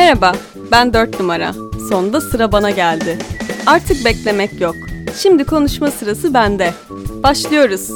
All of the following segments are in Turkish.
Merhaba, ben 4 numara. Sonunda sıra bana geldi. Artık beklemek yok. Şimdi konuşma sırası bende. Başlıyoruz.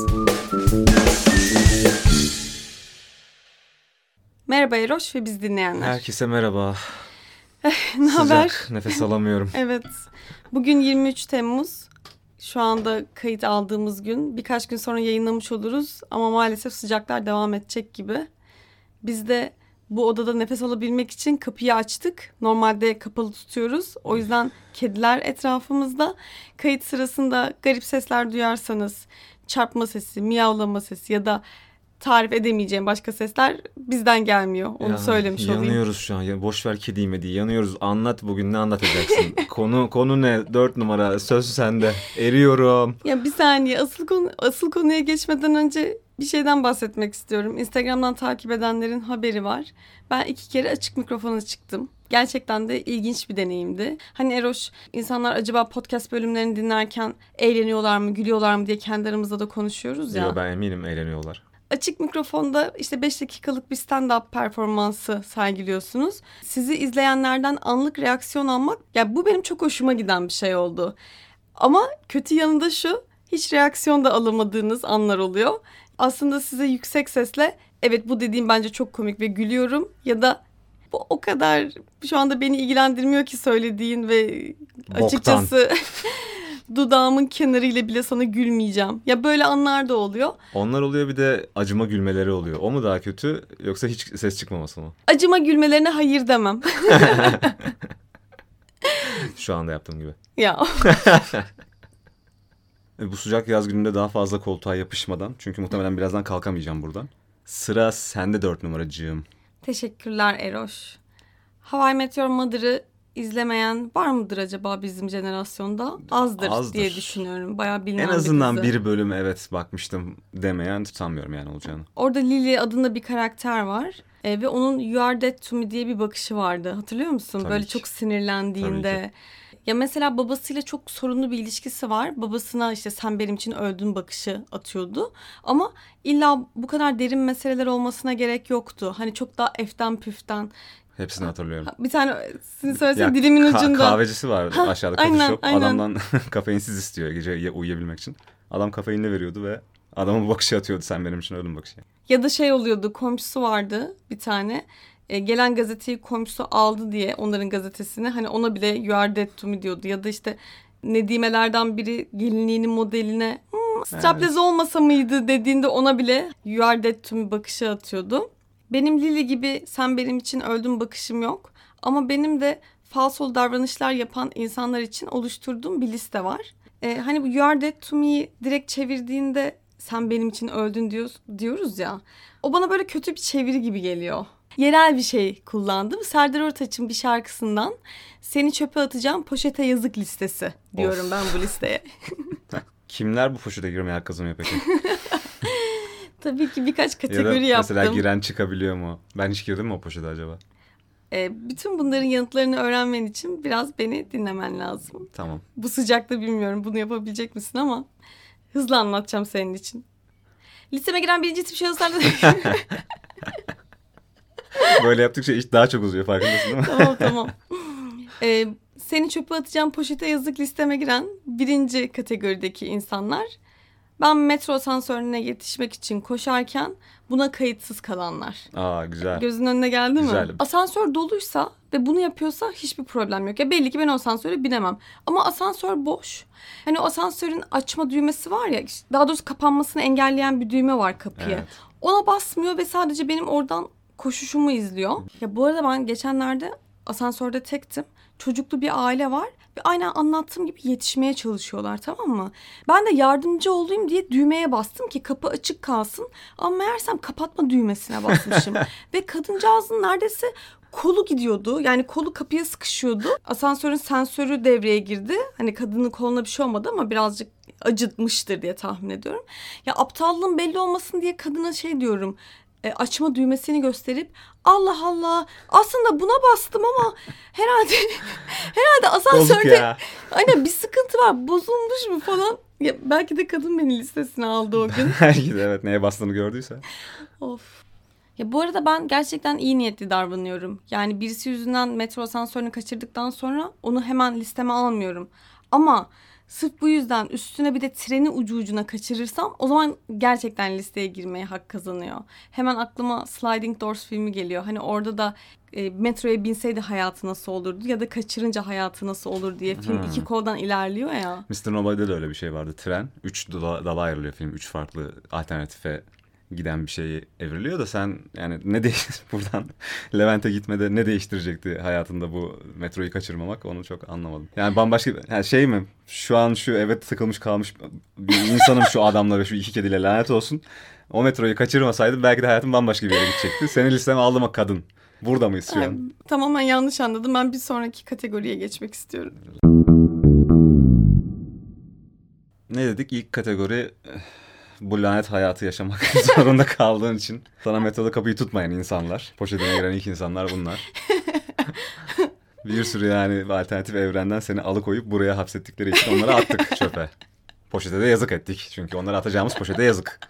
Merhaba Eroş ve biz dinleyenler. Herkese merhaba. Ne haber? Sıcak, nefes alamıyorum. Evet, bugün 23 Temmuz. Şu anda kayıt aldığımız gün. Birkaç gün sonra yayınlamış oluruz ama maalesef sıcaklar devam edecek gibi. Biz de bu odada nefes alabilmek için kapıyı açtık. Normalde kapalı tutuyoruz. O yüzden kediler etrafımızda. Kayıt sırasında garip sesler duyarsanız, çarpma sesi, miyavlama sesi ya da tarif edemeyeceğim başka sesler bizden gelmiyor. Onu söylemiş olayım. Yanıyoruz şu an. Ya, boş ver kediyim diye. Yanıyoruz. Anlat bugün, ne anlatacaksın? Konu ne? 4 numara. Söz sende. Eriyorum. Ya bir saniye, asıl konuya geçmeden önce bir şeyden bahsetmek istiyorum. Instagram'dan takip edenlerin haberi var. Ben 2 kere açık mikrofona çıktım. Gerçekten de ilginç bir deneyimdi. Hani Eroş, insanlar acaba podcast bölümlerini dinlerken eğleniyorlar mı, gülüyorlar mı diye kendi aramızda da konuşuyoruz ya. Yo, ben eminim eğleniyorlar. Açık mikrofonda işte 5 dakikalık bir stand-up performansı sergiliyorsunuz. Sizi izleyenlerden anlık reaksiyon almak, ya bu benim çok hoşuma giden bir şey oldu. Ama kötü yanı da şu, hiç reaksiyon da alamadığınız anlar oluyor. Aslında size yüksek sesle evet bu dediğim bence çok komik ve gülüyorum ya da bu o kadar şu anda beni ilgilendirmiyor ki söylediğin ve açıkçası dudağımın kenarıyla bile sana gülmeyeceğim. Ya böyle anlar da oluyor. Onlar oluyor, bir de acıma gülmeleri oluyor. O mu daha kötü yoksa hiç ses çıkmaması mı? Acıma gülmelerine hayır demem. Şu anda yaptığım gibi. Ya. Bu sıcak yaz gününde daha fazla koltuğa yapışmadan, çünkü muhtemelen birazdan kalkamayacağım buradan. Sıra sende 4 numaracığım. Teşekkürler Eroş. How I Met Your Mother'ı izlemeyen var mıdır acaba bizim jenerasyonda? Azdır diye düşünüyorum. Bayağı bilinen en azından bir dizi. bir bölüm evet bakmıştım demeyen sanmıyorum yani olacağını. Orada Lily adında bir karakter var. Ve onun You Are Dead To Me diye bir bakışı vardı. Hatırlıyor musun? Tabii Böyle ki. çok sinirlendiğinde. Ya mesela babasıyla çok sorunlu bir ilişkisi var. Babasına işte sen benim için öldün bakışı atıyordu. Ama illa bu kadar derin meseleler olmasına gerek yoktu. Hani çok daha eften püften. Hepsini hatırlıyorum. Bir tanesini söylesene dilimin ucunda. Kahvecisi var aşağıda, coffee shop. Aynen. Adamdan kafeinsiz istiyor gece uyuyabilmek için. Adam kafeinle veriyordu ve adama bu bakışı atıyordu, sen benim için öldün bakışı. Ya da şey oluyordu, komşusu vardı bir tane. Gelen gazeteyi komşusu aldı diye onların gazetesini, hani ona bile You Are Dead To Me diyordu. Ya da işte Nedimelerden biri gelinliğinin modeline strapless olmasa mıydı dediğinde ona bile You Are Dead To Me bakışı atıyordu. Benim Lily gibi sen benim için öldün bakışım yok. Ama benim de falsolu davranışlar yapan insanlar için oluşturduğum bir liste var. Hani bu You Are Dead To Me'yi direkt çevirdiğinde sen benim için öldün diyoruz ya. O bana böyle kötü bir çeviri gibi geliyor. Yerel bir şey kullandım. Serdar Ortaç'ın bir şarkısından seni çöpe atacağım poşete yazık listesi diyorum ben bu listeye. Kimler bu poşete girmeye kazanıyor peki? Tabii ki birkaç kategori ya da yaptım. mesela giren çıkabiliyor mu? Ben hiç girdim mi o poşete acaba? Bütün bunların yanıtlarını öğrenmen için biraz beni dinlemen lazım. Tamam. Bu sıcakta bilmiyorum bunu yapabilecek misin ama hızlı anlatacağım senin için. Listeme giren birinci tip şahıslarla... Böyle yaptıkça iş daha çok uzuyor, farkındasın değil mi? Tamam. Seni çöpe atacağım poşete yazık listeme giren birinci kategorideki insanlar. Ben metro asansörüne yetişmek için koşarken buna kayıtsız kalanlar. Aa, güzel. Gözünün önüne geldi güzel mi? Asansör doluysa ve bunu yapıyorsa hiçbir problem yok. Ya belli ki ben o asansöre binemem. Ama asansör boş. Hani o asansörün açma düğmesi var ya, daha doğrusu kapanmasını engelleyen bir düğme var kapıya. Evet. Ona basmıyor ve sadece benim oradan koşuşumu izliyor. Ya bu arada ben geçenlerde asansörde tektim. Çocuklu bir aile var ve aynen anlattığım gibi yetişmeye çalışıyorlar, tamam mı? Ben de yardımcı olayım diye düğmeye bastım ki kapı açık kalsın. Ama meğersem kapatma düğmesine basmışım. Ve kadıncağızın neredeyse kolu gidiyordu. Yani kolu kapıya sıkışıyordu. Asansörün sensörü devreye girdi. Hani kadının koluna bir şey olmadı ama birazcık acıtmıştır diye tahmin ediyorum. Ya aptallığım belli olmasın diye kadına şey diyorum... açma düğmesini gösterip Allah Allah aslında buna bastım ama herhalde asansörde aynen bir sıkıntı var, bozulmuş mu falan. Ya, belki de kadın beni listesine aldı o gün. Belki de evet, neye bastığını gördüyse. Of. Ya bu arada ben gerçekten iyi niyetli davranıyorum. Yani birisi yüzünden metro asansörünü kaçırdıktan sonra onu hemen listeme almıyorum. Ama sırf bu yüzden üstüne bir de treni ucu ucuna kaçırırsam o zaman gerçekten listeye girmeye hak kazanıyor. Hemen aklıma Sliding Doors filmi geliyor. Hani orada da metroya binseydi hayatı nasıl olurdu ya da kaçırınca hayatı nasıl olur diye film iki koldan ilerliyor ya. Mr. Nobody'de de öyle bir şey vardı. Tren 3 dala ayrılıyor film. 3 farklı alternatife giden bir şeyi evriliyor da sen yani ne buradan Levent'e gitmede ne değiştirecekti hayatında bu metroyu kaçırmamak, onu çok anlamadım. Yani bambaşka yani şey mi, şu an şu eve tıkılmış kalmış bir insanım, şu adamlara, şu iki kediyle lanet olsun. O metroyu kaçırmasaydım belki de hayatım bambaşka bir yere gidecekti. Seni listeme aldım o kadın. Burada mıyız şu an? Tamamen yanlış anladım. Ben bir sonraki kategoriye geçmek istiyorum. Ne dedik? İlk kategori bu lanet hayatı yaşamak zorunda kaldığın için sana metroda kapıyı tutmayan insanlar. Poşetine giren ilk insanlar bunlar. Bir sürü yani alternatif evrenden seni alıkoyup buraya hapsettikleri için onları attık çöpe. Poşete de yazık ettik. Çünkü onları atacağımız poşete yazık.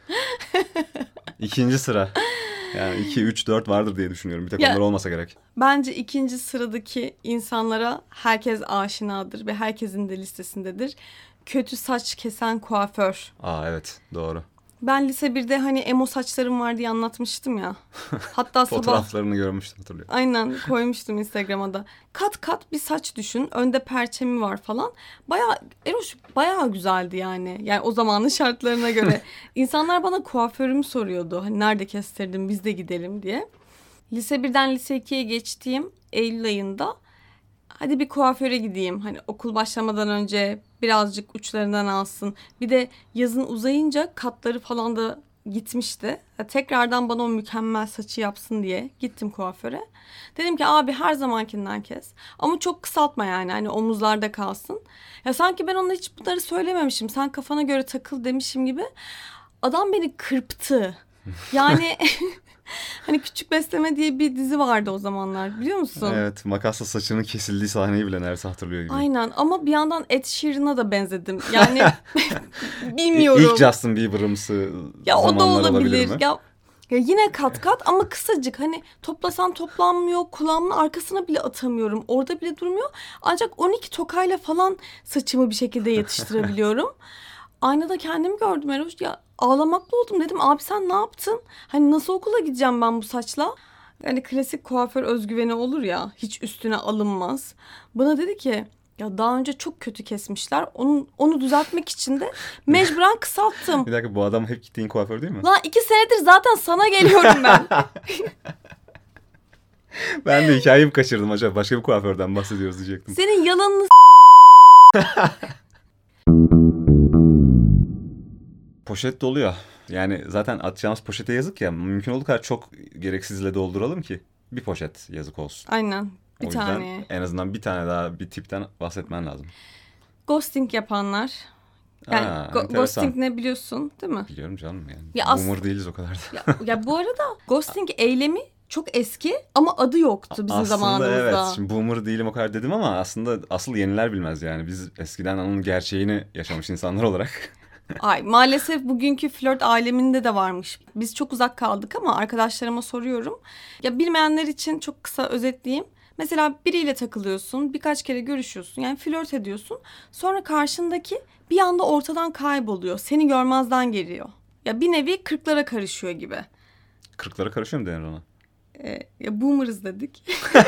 İkinci sıra. Yani 2, 3, 4 vardır diye düşünüyorum. Bir tek onlar olmasa gerek. Bence ikinci sıradaki insanlara herkes aşinadır ve herkesin de listesindedir. Kötü saç kesen kuaför. Evet, doğru. Ben lise 1'de hani emo saçlarım var diye anlatmıştım ya. Hatta fotoğraflarını görmüştüm, hatırlıyorum. Aynen, koymuştum Instagram'a da. Kat kat bir saç düşün. Önde perçemi var falan. Bayağı güzeldi yani. Yani o zamanın şartlarına göre. İnsanlar bana kuaförümü soruyordu. Hani nerede kestirdim, biz de gidelim diye. Lise 1'den lise 2'ye geçtiğim Eylül ayında hadi bir kuaföre gideyim. Hani okul başlamadan önce birazcık uçlarından alsın. Bir de yazın uzayınca katları falan da gitmişti. Tekrardan bana o mükemmel saçı yapsın diye gittim kuaföre. Dedim ki abi her zamankinden kes. Ama çok kısaltma yani, hani omuzlarda kalsın. Ya sanki ben ona hiç bunları söylememişim. Sen kafana göre takıl demişim gibi. Adam beni kırptı. Yani hani Küçük Besleme diye bir dizi vardı o zamanlar, biliyor musun? Evet, makasla saçının kesildiği sahneyi bile neredeyse hatırlıyor gibi. Aynen, ama bir yandan Ed Sheeran'a da benzedim. Yani bilmiyorum. İlk Justin Bieber'ımsı ya zamanlar o da olabilir olabilir mi? ya yine kat kat ama kısacık, hani toplasan toplanmıyor, kulağımın arkasına bile atamıyorum, orada bile durmuyor. Ancak 12 tokayla falan saçımı bir şekilde yatıştırabiliyorum. Aynada kendimi gördüm Eroş, ya ağlamaklı oldum, dedim abi sen ne yaptın? Hani nasıl okula gideceğim ben bu saçla? Yani klasik kuaför özgüveni olur ya, hiç üstüne alınmaz. Bana dedi ki ya daha önce çok kötü kesmişler. Onu düzeltmek için de mecburen kısalttım. Bir dakika, bu adam hep gittiğin kuaför değil mi? Lan 2 senedir zaten sana geliyorum ben. Ben de hikayemi kaçırdım acaba. Başka bir kuaförden bahsediyoruz diyecektim. Senin yalanını Poşet doluyor. Yani zaten atacağımız poşete yazık ya. Mümkün olduğu kadar çok gereksizle dolduralım ki bir poşet yazık olsun. Aynen. Bir o yüzden tane. En azından bir tane daha bir tipten bahsetmen lazım. Ghosting yapanlar. Yani ghosting ne biliyorsun değil mi? Biliyorum canım yani. Ya Boomer değiliz o kadar da. ya bu arada ghosting eylemi çok eski ama adı yoktu bizim zamanımızda. Aslında evet. Şimdi boomer değilim o kadar dedim ama aslında asıl yeniler bilmez yani. Biz eskiden onun gerçeğini yaşamış insanlar olarak. Ay maalesef bugünkü flört aleminde de varmış. Biz çok uzak kaldık ama arkadaşlarıma soruyorum. Ya bilmeyenler için çok kısa özetleyeyim. Mesela biriyle takılıyorsun, birkaç kere görüşüyorsun, yani flört ediyorsun. Sonra karşındaki bir anda ortadan kayboluyor, seni görmezden geliyor. Ya bir nevi 40'lara karışıyor gibi. 40'lara karışıyor mu denir ona? Ya boomerız dedik.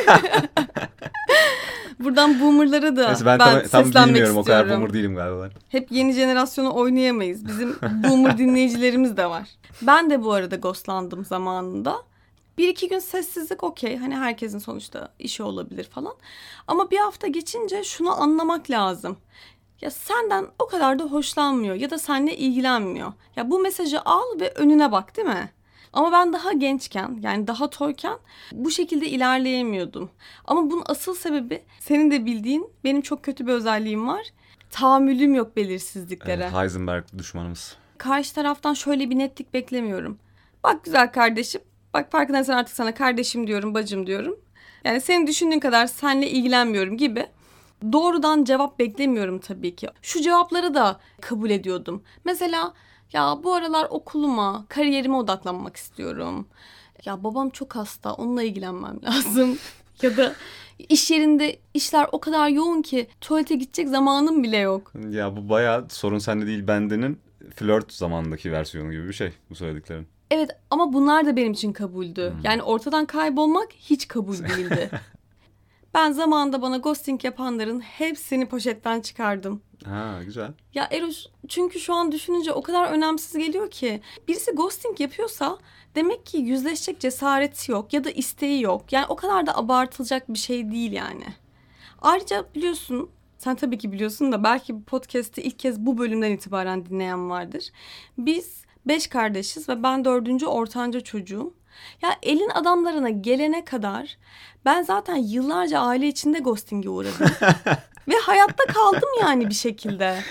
Buradan boomerlara da Neyse, ben tam seslenmek bilmiyorum, o kadar istiyorum. boomer değilim galiba. Hep yeni jenerasyonu oynayamayız. Bizim boomer dinleyicilerimiz de var. Ben de bu arada ghostlandım zamanında. 1-2 gün sessizlik okey. Hani herkesin sonuçta işi olabilir falan. Ama bir hafta geçince şunu anlamak lazım. Ya senden o kadar da hoşlanmıyor ya da seninle ilgilenmiyor. Ya bu mesajı al ve önüne bak, değil mi? Ama ben daha gençken, yani daha toyken bu şekilde ilerleyemiyordum. Ama bunun asıl sebebi, senin de bildiğin, benim çok kötü bir özelliğim var. Tahammülüm yok belirsizliklere. Evet, Heisenberg düşmanımız. Karşı taraftan şöyle bir netlik beklemiyorum. Bak güzel kardeşim, bak farkındaysan artık sana kardeşim diyorum, bacım diyorum. Yani senin düşündüğün kadar seninle ilgilenmiyorum gibi. Doğrudan cevap beklemiyorum tabii ki. Şu cevapları da kabul ediyordum. Mesela Ya bu aralar okuluma, kariyerime odaklanmak istiyorum. Ya babam çok hasta, onunla ilgilenmem lazım. Ya da iş yerinde işler o kadar yoğun ki tuvalete gidecek zamanım bile yok. Ya bu bayağı sorun sende değil bendenin flört zamandaki versiyonu gibi bir şey bu söylediklerin. Evet ama bunlar da benim için kabuldü. Yani ortadan kaybolmak hiç kabul değildi. Ben zamanında bana ghosting yapanların hepsini poşetten çıkardım. Ha güzel. Ya Eroş, çünkü şu an düşününce o kadar önemsiz geliyor ki. Birisi ghosting yapıyorsa demek ki yüzleşecek cesareti yok ya da isteği yok. Yani o kadar da abartılacak bir şey değil yani. Ayrıca biliyorsun, sen tabii ki biliyorsun da belki bu podcast'i ilk kez bu bölümden itibaren dinleyen vardır. Biz 5 kardeşiz ve ben 4. ortanca çocuğum. Ya elin adamlarına gelene kadar ben zaten yıllarca aile içinde ghosting'e uğradım. Ve hayatta kaldım yani bir şekilde.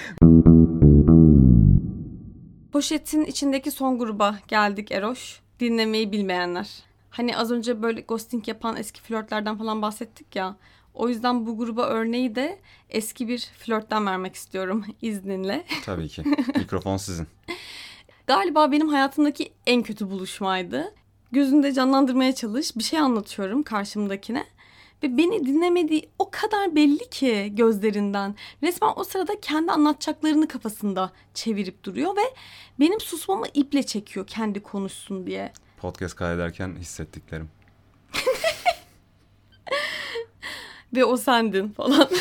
Poşetin içindeki son gruba geldik Eroş. Dinlemeyi bilmeyenler. Hani az önce böyle ghosting yapan eski flörtlerden falan bahsettik ya. O yüzden bu gruba örneği de eski bir flörtten vermek istiyorum izninle. Tabii ki. Mikrofon sizin. Galiba benim hayatımdaki en kötü buluşmaydı. Gözünde canlandırmaya çalış. Bir şey anlatıyorum karşımdakine. Ve beni dinlemediği o kadar belli ki gözlerinden. Resmen o sırada kendi anlatacaklarını kafasında çevirip duruyor ve benim susmamı iple çekiyor kendi konuşsun diye. Podcast kaydederken hissettiklerim. Ve o sendin falan.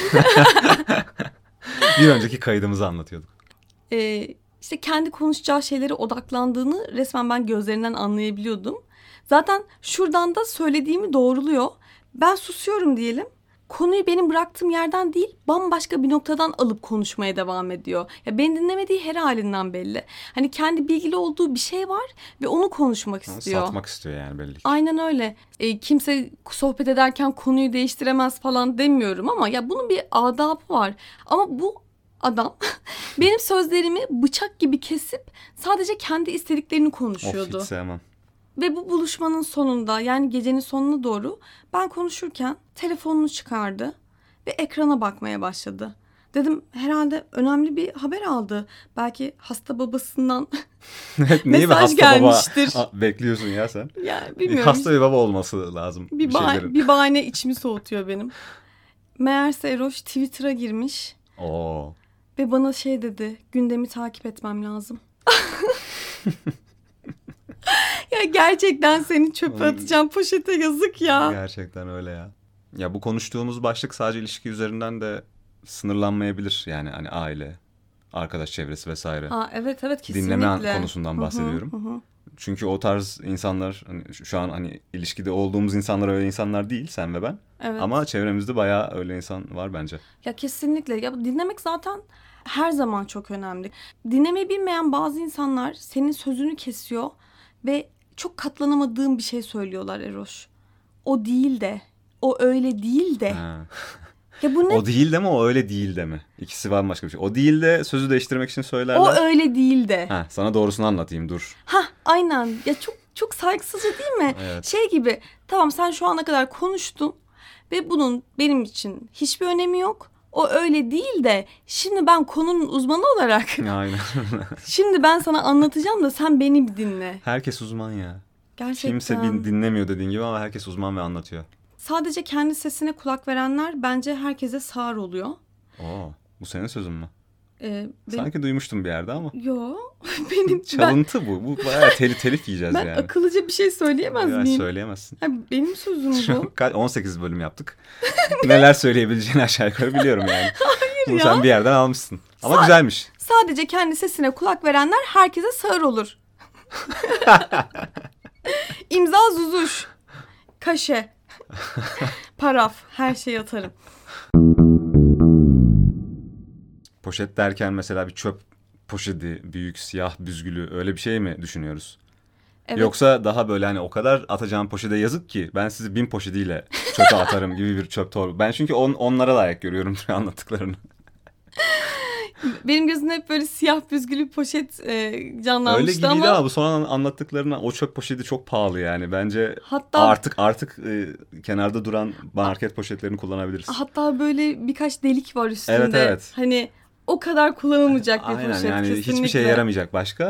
Bir önceki kaydımızı anlatıyorduk. İşte kendi konuşacağı şeylere odaklandığını resmen ben gözlerinden anlayabiliyordum. Zaten şuradan da söylediğimi doğruluyor. Ben susuyorum diyelim. Konuyu benim bıraktığım yerden değil, bambaşka bir noktadan alıp konuşmaya devam ediyor. Ya beni dinlemediği her halinden belli. Hani kendi bilgili olduğu bir şey var ve onu konuşmak istiyor. Satmak istiyor yani belli ki. Aynen öyle. Kimse sohbet ederken konuyu değiştiremez falan demiyorum ama ya bunun bir adabı var. Ama bu adam benim sözlerimi bıçak gibi kesip sadece kendi istediklerini konuşuyordu. Of hiç sevmem. Ve bu buluşmanın sonunda, yani gecenin sonuna doğru ben konuşurken telefonunu çıkardı ve ekrana bakmaya başladı. Dedim herhalde önemli bir haber aldı. Belki hasta babasından Neyi mesaj hasta gelmiştir. baba bekliyorsun ya sen? Ya bilmiyorum. Hasta bir baba olması lazım. Bir bahane içimi soğutuyor benim. Meğerse Eroş Twitter'a girmiş. Oo. Ve bana şey dedi, gündemi takip etmem lazım. Ya gerçekten seni çöpe atacağım, poşete yazık ya. Gerçekten öyle ya. Ya bu konuştuğumuz başlık sadece ilişki üzerinden de sınırlanmayabilir. Yani hani aile, arkadaş çevresi vesaire. Evet kesinlikle. Dinleme konusundan bahsediyorum. Hı. Çünkü o tarz insanlar hani şu an hani ilişkide olduğumuz insanlar öyle insanlar değil, sen ve ben. Evet. Ama çevremizde bayağı öyle insan var bence. Ya kesinlikle. Ya dinlemek zaten her zaman çok önemli. Dinlemeyi bilmeyen bazı insanlar senin sözünü kesiyor ve çok katlanamadığın bir şey söylüyorlar Eroş. O değil de, o öyle değil de. Ha. Ya bu ne? O değil de mi, o öyle değil de mi? İkisi bambaşka bir şey. O değil de sözü değiştirmek için söylerler. O öyle değil de. Ha, sana doğrusunu anlatayım dur. Aynen. Ya çok saygısızca değil mi? Evet. Şey gibi, tamam sen şu ana kadar konuştun ve bunun benim için hiçbir önemi yok. O öyle değil de şimdi ben konunun uzmanı olarak Aynen. şimdi ben sana anlatacağım da sen beni bir dinle. Herkes uzman ya. Gerçekten. Kimse dinlemiyor dediğin gibi ama herkes uzman ve anlatıyor. Sadece kendi sesine kulak verenler bence herkese sağır oluyor. Oo, bu senin sözün mü? Benim... Sanki duymuştum bir yerde ama. Yo, benim... Çalıntı bu. Bu bayağı telif yiyeceğiz ben yani. Ben akıllıca bir şey söyleyemez miyim? Söyleyemezsin. Benim sözüm bu. 18 bölüm yaptık. Neler söyleyebileceğini aşağı yukarı biliyorum yani. Hayır bunu ya. sen bir yerden almışsın. Ama güzelmiş. Sadece kendi sesine kulak verenler herkese sağır olur. İmza Zuzuş. Kaşe. Paraf. Her şeyi atarım. Poşet derken mesela bir çöp poşeti, büyük siyah büzgülü öyle bir şey mi düşünüyoruz? Evet. Yoksa daha böyle hani o kadar atacağım poşete yazık ki ben sizi 1000 poşetiyle çöpe atarım gibi bir çöp torba. Ben çünkü onlara layık görüyorum anlattıklarını. Benim gözümde hep böyle siyah büzgülü poşet canlanmıştı öyle gibiydi ama bu son anlattıklarına o çöp poşeti çok pahalı yani. Bence hatta artık kenarda duran market poşetlerini kullanabiliriz. Hatta böyle birkaç delik var üstünde. Evet. Hani o kadar kullanılmayacak bir Aynen, poşet yani kesinlikle. hiçbir şeye yaramayacak başka.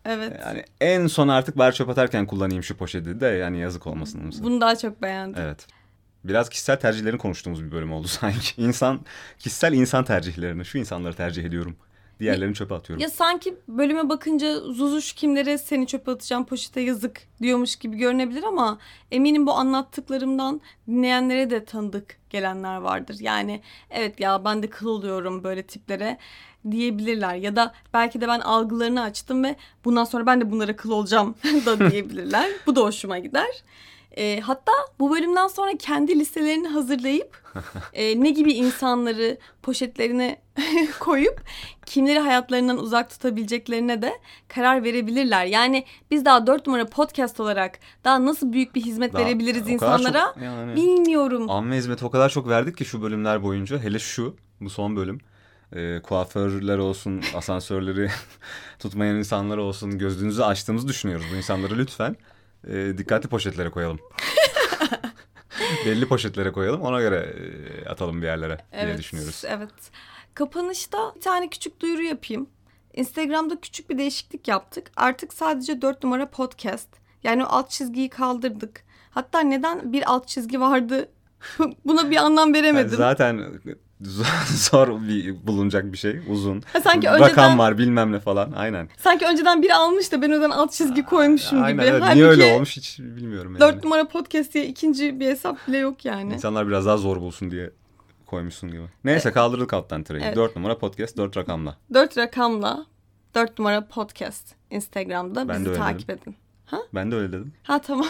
Evet. Yani en son artık bari çöp atarken kullanayım şu poşeti de yani yazık olmasın. Bunu daha çok beğendim. Evet. Biraz kişisel tercihlerini konuştuğumuz bir bölüm oldu sanki. Kişisel insan tercihlerini. Şu insanları tercih ediyorum. Diğerlerini çöpe atıyorum. Ya sanki bölüme bakınca Zuzuş kimlere seni çöpe atacağım poşete yazık diyormuş gibi görünebilir ama eminim bu anlattıklarımdan dinleyenlere de tanıdık gelenler vardır. Yani evet ya ben de kıl oluyorum böyle tiplere diyebilirler. Ya da belki de ben algılarını açtım ve bundan sonra ben de bunlara kıl olacağım da diyebilirler. Bu da hoşuma gider. Hatta bu bölümden sonra kendi listelerini hazırlayıp ne gibi insanları poşetlerine koyup kimleri hayatlarından uzak tutabileceklerine de karar verebilirler. Yani biz daha 4 numara podcast olarak daha nasıl büyük bir hizmet verebiliriz insanlara yani, bilmiyorum. Amme hizmeti o kadar çok verdik ki şu bölümler boyunca. Hele bu son bölüm. Kuaförler olsun, asansörleri tutmayan insanlar olsun, gözünüzü açtığımızı düşünüyoruz. Bu insanları lütfen dikkatli poşetlere koyalım. Belli poşetlere koyalım, ona göre atalım bir yerlere diye düşünüyoruz. Evet. Kapanışta bir tane küçük duyuru yapayım. Instagram'da küçük bir değişiklik yaptık. Artık sadece 4 numara podcast. Yani o alt çizgiyi kaldırdık. Hatta neden bir alt çizgi vardı buna bir anlam veremedim. Yani zaten zor bulunacak bir şey. Uzun. Sanki rakam var bilmem ne falan. Aynen. Sanki önceden biri almış da ben önden alt çizgi koymuşum aynen, gibi. Evet. Halbuki niye öyle olmuş hiç bilmiyorum. Yani. 4 numara podcast diye ikinci bir hesap bile yok yani. İnsanlar biraz daha zor bulsun diye koymuşsun gibi. Neyse kaldırdık alttan tireyi. Evet. 4 numara podcast 4 rakamla. 4 rakamla 4 numara podcast Instagram'da bizi takip edin. Ha? Ben de öyle dedim. Ha tamam.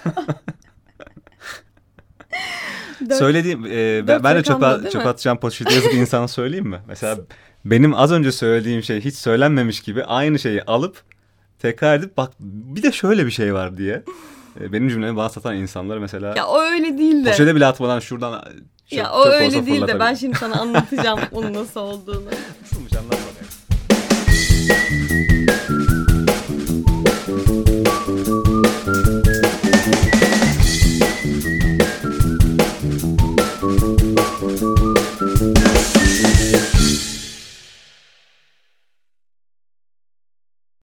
Söylediğim ben de çöpe atacağım poşeti yazıp insana söyleyeyim mi? Mesela benim az önce söylediğim şey hiç söylenmemiş gibi aynı şeyi alıp tekrar edip bak bir de şöyle bir şey var diye. Benim cümlemi bana satan insanlar mesela. Ya o öyle değil de. Poşete bile atmadan şuradan ya o öyle değil de ben şimdi sana anlatacağım onun nasıl olduğunu.